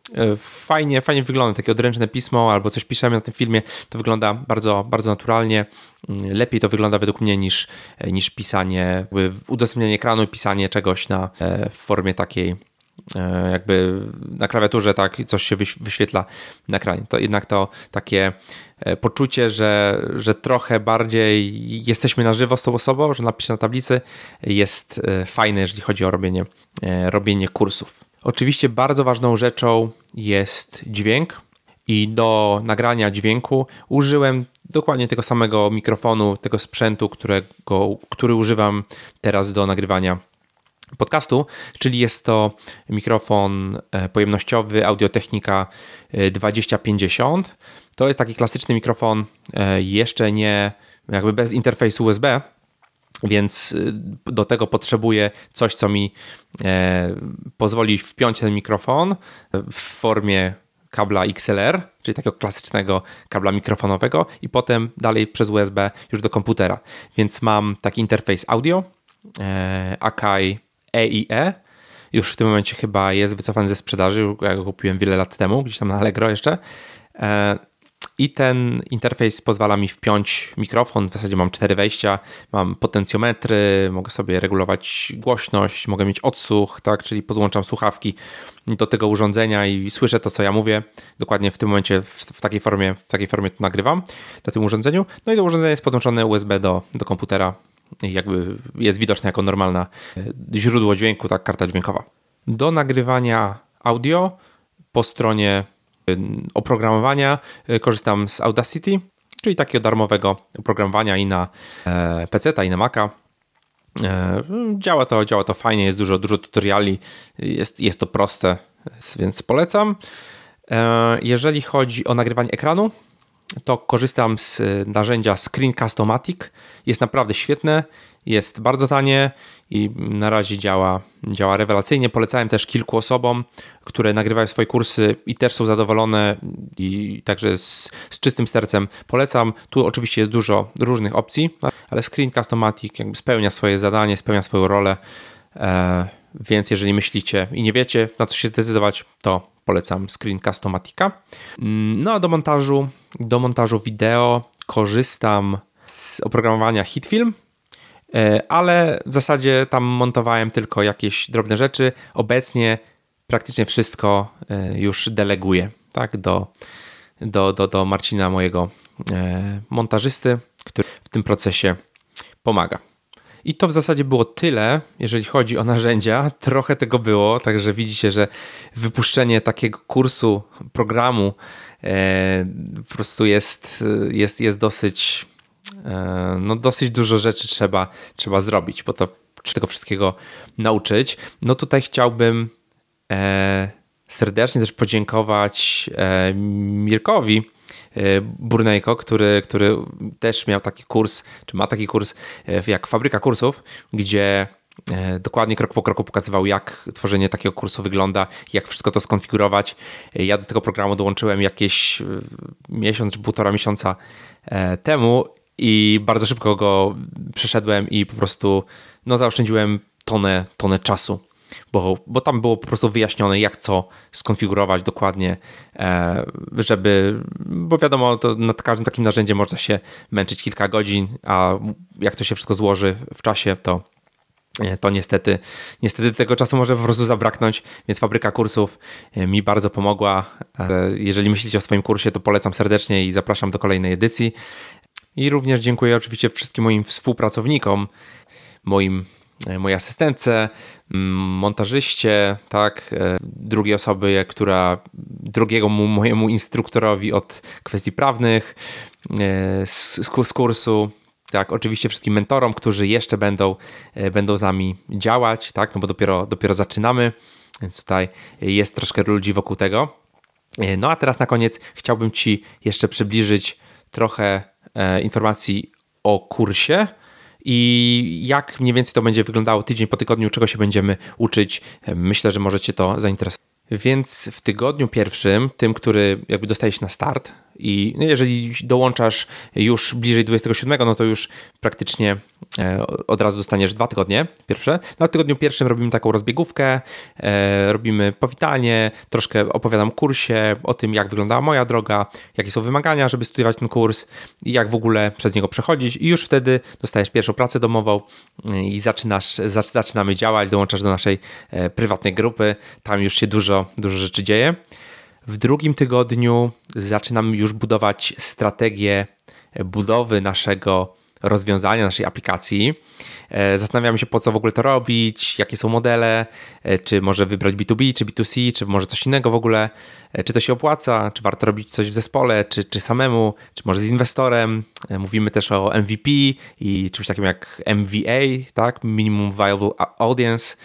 Fajnie, fajnie wygląda, takie odręczne pismo albo coś piszemy na tym filmie, to wygląda bardzo, bardzo naturalnie. Lepiej to wygląda według mnie niż, niż pisanie, udostępnianie ekranu i pisanie czegoś na, w formie takiej jakby na klawiaturze, tak, coś się wyświetla na ekranie. To jednak to takie poczucie, że, że trochę bardziej jesteśmy na żywo z tą osobą, że napisz na tablicy, jest fajne, jeżeli chodzi o robienie, robienie kursów. Oczywiście bardzo ważną rzeczą jest dźwięk i do nagrania dźwięku użyłem dokładnie tego samego mikrofonu, tego sprzętu, którego, który używam teraz do nagrywania podcastu, czyli jest to mikrofon pojemnościowy Audio-Technica dwadzieścia pięćdziesiąt. To jest taki klasyczny mikrofon, jeszcze nie jakby bez interfejsu U S B, więc do tego potrzebuję coś, co mi e, pozwoli wpiąć ten mikrofon w formie kabla X L R, czyli takiego klasycznego kabla mikrofonowego i potem dalej przez U S B już do komputera. Więc mam taki interfejs audio, e, Akai E I E. Już w tym momencie chyba jest wycofany ze sprzedaży, ja go kupiłem wiele lat temu, gdzieś tam na Allegro jeszcze. E, I ten interfejs pozwala mi wpiąć mikrofon, w zasadzie mam cztery wejścia, mam potencjometry, mogę sobie regulować głośność, mogę mieć odsłuch, tak, czyli podłączam słuchawki do tego urządzenia i słyszę to, co ja mówię. Dokładnie w tym momencie w, w takiej formie, w takiej formie to nagrywam na tym urządzeniu. No i to urządzenie jest podłączone U S B do, do komputera i jakby jest widoczne jako normalna źródło dźwięku, tak, karta dźwiękowa. Do nagrywania audio po stronie oprogramowania korzystam z Audacity, czyli takiego darmowego oprogramowania i na peceta, i na Maca. Działa to, działa to fajnie, jest dużo, dużo tutoriali, jest, jest to proste, więc polecam. Jeżeli chodzi o nagrywanie ekranu, to korzystam z narzędzia Screencast-O-Matic. Jest naprawdę świetne, jest bardzo tanie i na razie działa, działa rewelacyjnie. Polecałem też kilku osobom, które nagrywają swoje kursy i też są zadowolone i także z, z czystym sercem polecam. Tu oczywiście jest dużo różnych opcji, ale Screencast-O-Matic jakby spełnia swoje zadanie, spełnia swoją rolę, e, więc jeżeli myślicie i nie wiecie, na co się zdecydować, to polecam Screencast-O-Matica. No a do montażu, do montażu wideo korzystam z oprogramowania HitFilm, ale w zasadzie tam montowałem tylko jakieś drobne rzeczy. Obecnie praktycznie wszystko już deleguję, tak, do, do, do, do Marcina, mojego montażysty, który w tym procesie pomaga. I to w zasadzie było tyle, jeżeli chodzi o narzędzia. Trochę tego było, także widzicie, że wypuszczenie takiego kursu, programu e, po prostu jest, jest, jest dosyć, e, no dosyć dużo rzeczy trzeba, trzeba zrobić, bo to tego wszystkiego nauczyć. No tutaj chciałbym e, serdecznie też podziękować e, Mirkowi Burnejko, który, który też miał taki kurs, czy ma taki kurs jak Fabryka Kursów, gdzie dokładnie krok po kroku pokazywał, jak tworzenie takiego kursu wygląda, jak wszystko to skonfigurować. Ja do tego programu dołączyłem jakieś miesiąc czy półtora miesiąca temu i bardzo szybko go przeszedłem i po prostu no, zaoszczędziłem tonę, tonę czasu. Bo, bo tam było po prostu wyjaśnione, jak co skonfigurować dokładnie, e, żeby, bo wiadomo, to nad każdym takim narzędziem można się męczyć kilka godzin, a jak to się wszystko złoży w czasie, to, to niestety, niestety tego czasu może po prostu zabraknąć, więc Fabryka Kursów mi bardzo pomogła. Jeżeli myślicie o swoim kursie, to polecam serdecznie i zapraszam do kolejnej edycji. I również dziękuję oczywiście wszystkim moim współpracownikom, moim mojej asystentce, montażyście, tak, drugiej osoby, która, drugiego mojemu instruktorowi od kwestii prawnych z, z kursu, tak, oczywiście wszystkim mentorom, którzy jeszcze będą, będą z nami działać, tak, no bo dopiero, dopiero zaczynamy, więc tutaj jest troszkę ludzi wokół tego. No a teraz na koniec chciałbym Ci jeszcze przybliżyć trochę informacji o kursie i jak mniej więcej to będzie wyglądało tydzień po tygodniu, czego się będziemy uczyć. Myślę, że możecie to zainteresować. Więc w tygodniu pierwszym, tym, który jakby dostaje się na start i jeżeli dołączasz już bliżej dwudziestego siódmego, no to już praktycznie od razu dostaniesz dwa tygodnie pierwsze. No, w tygodniu pierwszym robimy taką rozbiegówkę, robimy powitanie, troszkę opowiadam o kursie, o tym, jak wyglądała moja droga, jakie są wymagania, żeby studiować ten kurs i jak w ogóle przez niego przechodzić. I już wtedy dostajesz pierwszą pracę domową i zaczynasz, zaczynamy działać, dołączasz do naszej prywatnej grupy. Tam już się dużo, dużo rzeczy dzieje. W drugim tygodniu zaczynamy już budować strategię budowy naszego rozwiązania, naszej aplikacji. Zastanawiamy się, po co w ogóle to robić, jakie są modele, czy może wybrać B dwa B, czy B dwa C, czy może coś innego w ogóle, czy to się opłaca, czy warto robić coś w zespole, czy, czy samemu, czy może z inwestorem. Mówimy też o M V P i czymś takim jak M V A, tak? Minimum Viable Audience.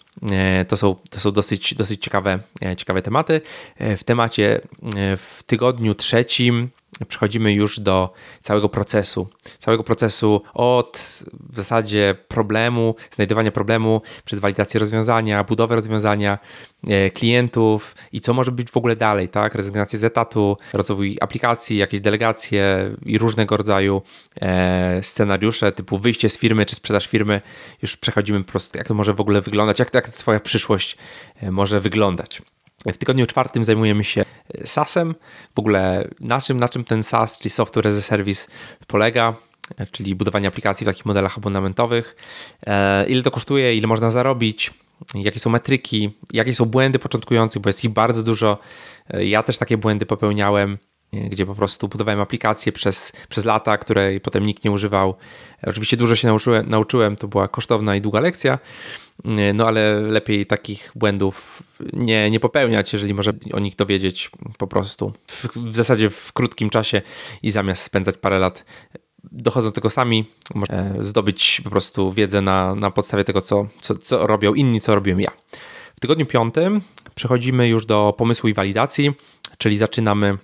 To są, to są dosyć, dosyć ciekawe, ciekawe tematy. W temacie w tygodniu trzecim przechodzimy już do całego procesu. Całego procesu od w zasadzie problemu, znajdywania problemu, przez walidację rozwiązania, budowę rozwiązania, klientów i co może być w ogóle dalej, tak? Rezygnację z etatu, rozwój aplikacji, jakieś delegacje i różnego rodzaju e, scenariusze typu wyjście z firmy czy sprzedaż firmy. Już przechodzimy po prostu, jak to może w ogóle wyglądać, jak, jak twoja przyszłość może wyglądać. W tygodniu czwartym zajmujemy się SaaS-em. W ogóle na czym, na czym ten SaaS, czyli Software as a Service, polega, czyli budowanie aplikacji w takich modelach abonamentowych. Ile to kosztuje, ile można zarobić, jakie są metryki, jakie są błędy początkujących, bo jest ich bardzo dużo. Ja też takie błędy popełniałem, gdzie po prostu budowałem aplikacje przez, przez lata, której potem nikt nie używał. Oczywiście dużo się nauczyłem, nauczyłem, to była kosztowna i długa lekcja, no ale lepiej takich błędów nie, nie popełniać, jeżeli może o nich dowiedzieć po prostu w, w zasadzie w krótkim czasie i zamiast spędzać parę lat dochodzą do tego sami, można zdobyć po prostu wiedzę na, na podstawie tego, co, co, co robią inni, co robiłem ja. W tygodniu piątym przechodzimy już do pomysłu i walidacji, czyli zaczynamy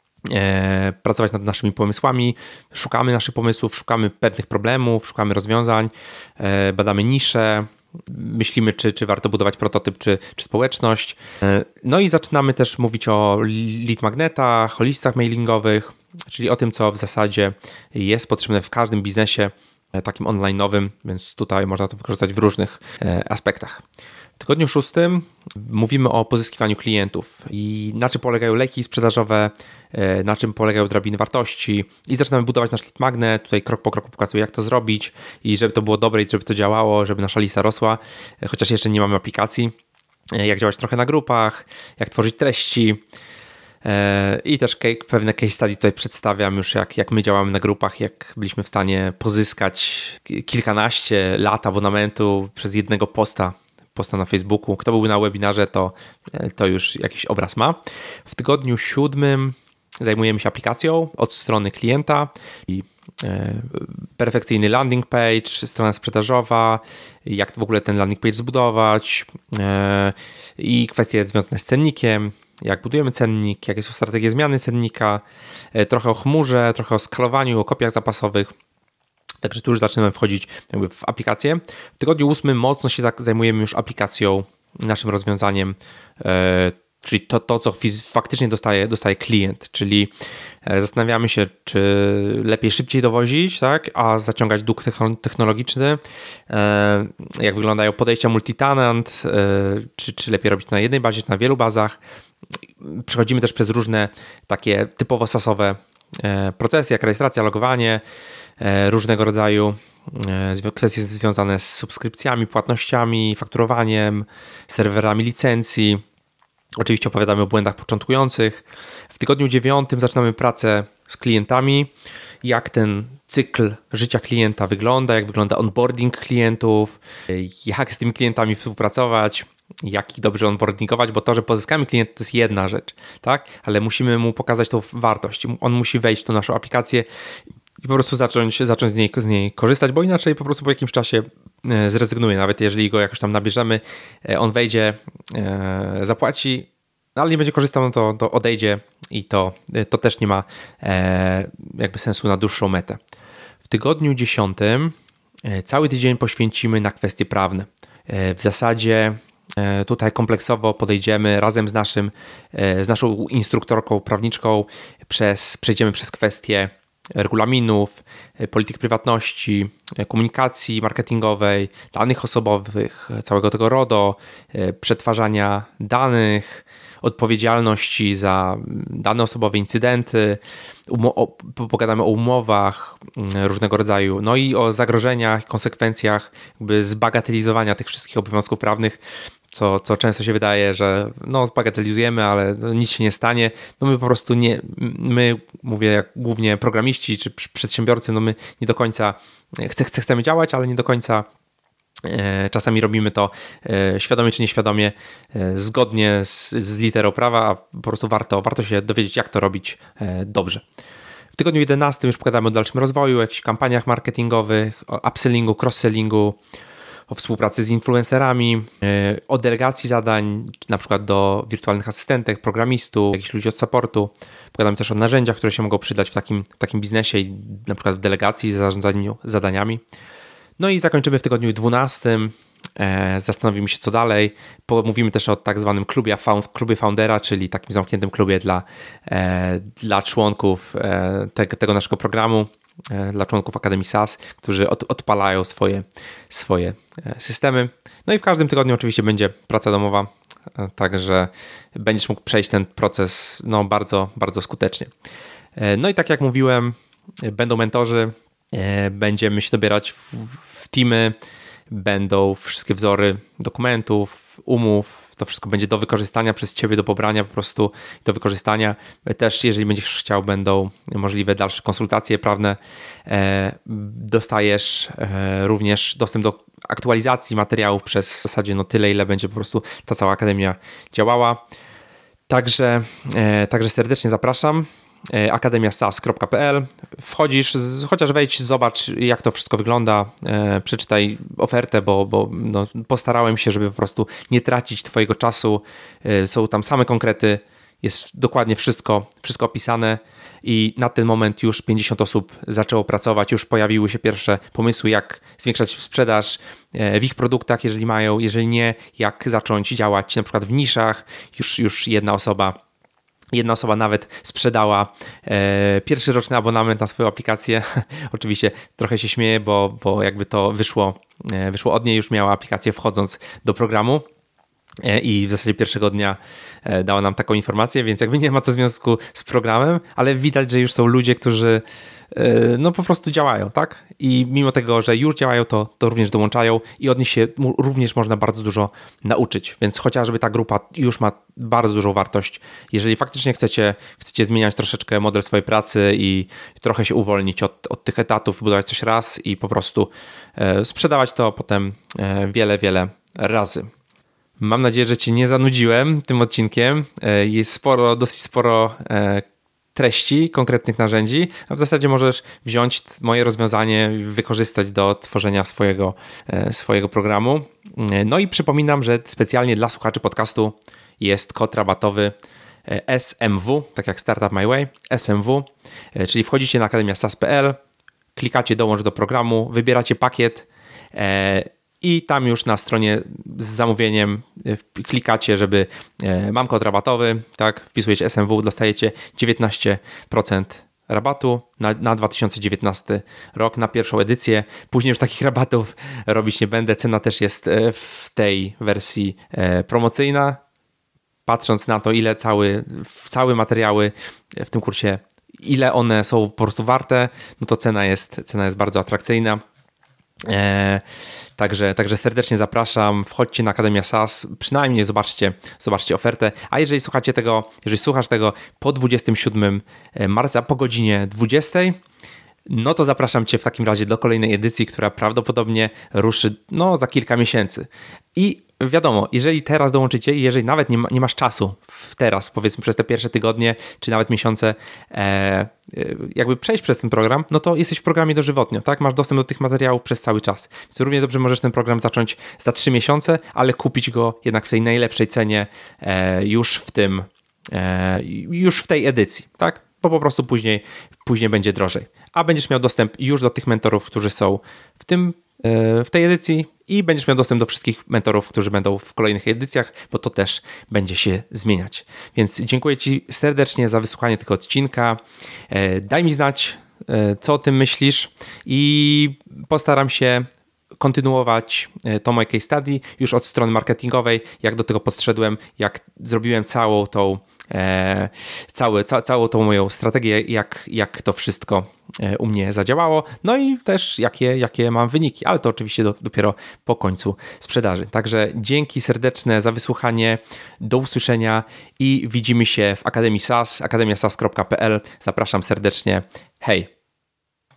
E, pracować nad naszymi pomysłami, szukamy naszych pomysłów, szukamy pewnych problemów, szukamy rozwiązań, e, badamy nisze, myślimy, czy, czy warto budować prototyp, czy, czy społeczność. E, no i zaczynamy też mówić o lead magnetach, o listach mailingowych, czyli o tym, co w zasadzie jest potrzebne w każdym biznesie e, takim online'owym, więc tutaj można to wykorzystać w różnych e, aspektach. W tygodniu szóstym mówimy o pozyskiwaniu klientów i na czym polegają leki sprzedażowe, na czym polegają drabiny wartości i zaczynamy budować nasz lead magnet. Tutaj krok po kroku pokazuję, jak to zrobić i żeby to było dobre i żeby to działało, żeby nasza lista rosła, chociaż jeszcze nie mamy aplikacji, jak działać trochę na grupach, jak tworzyć treści i też pewne case study tutaj przedstawiam już, jak, jak my działamy na grupach, jak byliśmy w stanie pozyskać kilkanaście lat abonamentu przez jednego posta posta na Facebooku. Kto byłby na webinarze, to, to już jakiś obraz ma. W tygodniu siódmym zajmujemy się aplikacją od strony klienta i e, perfekcyjny landing page, strona sprzedażowa, jak w ogóle ten landing page zbudować e, i kwestie związane z cennikiem, jak budujemy cennik, jakie są strategie zmiany cennika, e, trochę o chmurze, trochę o skalowaniu, o kopiach zapasowych. Także tu już zaczynamy wchodzić jakby w aplikację. W tygodniu ósmym mocno się zajmujemy już aplikacją, naszym rozwiązaniem, e, czyli to, to co fiz- faktycznie dostaje, dostaje klient, czyli e, zastanawiamy się, czy lepiej szybciej dowozić, tak, a zaciągać dług technologiczny, e, jak wyglądają podejścia multitenant, e, czy, czy lepiej robić na jednej bazie, czy na wielu bazach. Przechodzimy też przez różne takie typowo sasowe e, procesy, jak rejestracja, logowanie, różnego rodzaju kwestie związane z subskrypcjami, płatnościami, fakturowaniem, serwerami licencji. Oczywiście opowiadamy o błędach początkujących. W tygodniu dziewiątym zaczynamy pracę z klientami, jak ten cykl życia klienta wygląda, jak wygląda onboarding klientów, jak z tymi klientami współpracować, jak ich dobrze onboardingować, bo to, że pozyskamy klienta, to jest jedna rzecz, tak? Ale musimy mu pokazać tą wartość. On musi wejść w tą naszą aplikację i po prostu zacząć, zacząć z, niej, z niej korzystać, bo inaczej po prostu po jakimś czasie zrezygnuje. Nawet jeżeli go jakoś tam nabierzemy, on wejdzie, zapłaci, ale nie będzie korzystał, no to, to odejdzie i to, to też nie ma jakby sensu na dłuższą metę. W tygodniu dziesiątym cały tydzień poświęcimy na kwestie prawne. W zasadzie tutaj kompleksowo podejdziemy razem z naszym, z naszą instruktorką prawniczką, przez, przejdziemy przez kwestie regulaminów, polityki prywatności, komunikacji marketingowej, danych osobowych, całego tego RODO, przetwarzania danych, odpowiedzialności za dane osobowe, incydenty, umo- o, pogadamy o umowach różnego rodzaju, no i o zagrożeniach, konsekwencjach, jakby zbagatelizowania tych wszystkich obowiązków prawnych, co, co często się wydaje, że no zbagatelizujemy, ale nic się nie stanie. No my po prostu nie, my, mówię jak głównie programiści czy przedsiębiorcy, no my nie do końca chce, chce, chcemy działać, ale nie do końca czasami robimy to świadomie czy nieświadomie, zgodnie z, z literą prawa, a po prostu warto, warto się dowiedzieć, jak to robić dobrze. W tygodniu jedenastym już pogadamy o dalszym rozwoju, o jakichś kampaniach marketingowych, o upsellingu, cross-sellingu, o współpracy z influencerami, o delegacji zadań, na przykład do wirtualnych asystentek, programistów, jakichś ludzi od supportu. Pogadamy też o narzędziach, które się mogą przydać w takim, w takim biznesie i na przykład w delegacji, zarządzaniu zadaniami. No i zakończymy w tygodniu dwunastym. E, zastanowimy się, co dalej. Pomówimy też o tak zwanym klubie, klubie foundera, czyli takim zamkniętym klubie dla, e, dla członków e, te, tego naszego programu, e, dla członków Akademii S A S, którzy od, odpalają swoje, swoje e, systemy. No i w każdym tygodniu oczywiście będzie praca domowa, e, także będziesz mógł przejść ten proces no, bardzo, bardzo skutecznie. E, no i tak jak mówiłem, będą mentorzy, będziemy się dobierać w, w teamy, będą wszystkie wzory dokumentów, umów, to wszystko będzie do wykorzystania przez Ciebie, do pobrania po prostu, do wykorzystania. Też jeżeli będziesz chciał, będą możliwe dalsze konsultacje prawne. Dostajesz również dostęp do aktualizacji materiałów przez w zasadzie no tyle, ile będzie po prostu ta cała akademia działała. Także, także serdecznie zapraszam. akademia s a s kropka p l. Wchodzisz, chociaż wejdź, zobacz, jak to wszystko wygląda, e, przeczytaj ofertę, bo, bo no, postarałem się, żeby po prostu nie tracić Twojego czasu. E, są tam same konkrety, jest dokładnie wszystko, wszystko opisane i na ten moment już pięćdziesiąt osób zaczęło pracować, już pojawiły się pierwsze pomysły, jak zwiększać sprzedaż w ich produktach, jeżeli mają, jeżeli nie, jak zacząć działać na przykład w niszach. Już, już jedna osoba Jedna osoba nawet sprzedała e, pierwszy roczny abonament na swoją aplikację. Oczywiście trochę się śmieję, bo, bo jakby to wyszło, e, wyszło od niej, już miała aplikację wchodząc do programu e, i w zasadzie pierwszego dnia e, dała nam taką informację, więc jakby nie ma to związku z programem, ale widać, że już są ludzie, którzy e, no po prostu działają, tak? I mimo tego, że już działają, to, to również dołączają i od nich się również można bardzo dużo nauczyć, więc chociażby ta grupa już ma bardzo dużą wartość. Jeżeli faktycznie chcecie, chcecie zmieniać troszeczkę model swojej pracy i trochę się uwolnić od, od tych etatów, budować coś raz i po prostu e, sprzedawać to potem e, wiele, wiele razy. Mam nadzieję, że Cię nie zanudziłem tym odcinkiem. E, jest sporo, dosyć sporo e, treści, konkretnych narzędzi, a w zasadzie możesz wziąć moje rozwiązanie i wykorzystać do tworzenia swojego, swojego programu. No i przypominam, że specjalnie dla słuchaczy podcastu jest kod rabatowy S M W, tak jak Startup My Way, S M W, czyli wchodzicie na akademia s a s kropka p l, klikacie dołącz do programu, wybieracie pakiet i tam już na stronie z zamówieniem klikacie, żeby mam kod rabatowy, tak, wpisujecie S M W, dostajecie dziewiętnaście procent rabatu na, na dwa tysiące dziewiętnasty rok, na pierwszą edycję. Później już takich rabatów robić nie będę. Cena też jest w tej wersji promocyjna. Patrząc na to, ile cały, całe materiały w tym kursie, ile one są po prostu warte, no to cena jest, cena jest bardzo atrakcyjna. Eee, także, także serdecznie zapraszam, wchodźcie na Akademia S A S, przynajmniej zobaczcie, zobaczcie ofertę, a jeżeli słuchacie tego, jeżeli słuchasz tego po dwudziestego siódmego marca po godzinie dwudziestej, no to zapraszam Cię w takim razie do kolejnej edycji, która prawdopodobnie ruszy no, za kilka miesięcy. I wiadomo, jeżeli teraz dołączycie i jeżeli nawet nie, ma, nie masz czasu w teraz, powiedzmy przez te pierwsze tygodnie, czy nawet miesiące, e, jakby przejść przez ten program, no to jesteś w programie dożywotnio, tak? Masz dostęp do tych materiałów przez cały czas. Więc równie dobrze możesz ten program zacząć za trzy miesiące, ale kupić go jednak w tej najlepszej cenie e, już w tym, e, już w tej edycji, tak? Bo po prostu później, później będzie drożej. A będziesz miał dostęp już do tych mentorów, którzy są w tym, w tej edycji i będziesz miał dostęp do wszystkich mentorów, którzy będą w kolejnych edycjach, bo to też będzie się zmieniać. Więc dziękuję Ci serdecznie za wysłuchanie tego odcinka. Daj mi znać, co o tym myślisz i postaram się kontynuować to moje case study już od strony marketingowej, jak do tego podszedłem, jak zrobiłem całą tą E, cały, ca, całą tą moją strategię, jak, jak to wszystko u mnie zadziałało, no i też jakie, jakie mam wyniki, ale to oczywiście do, dopiero po końcu sprzedaży. Także dzięki serdeczne za wysłuchanie, do usłyszenia i widzimy się w Akademii S A S, akademia sas kropka p l. Zapraszam serdecznie, hej!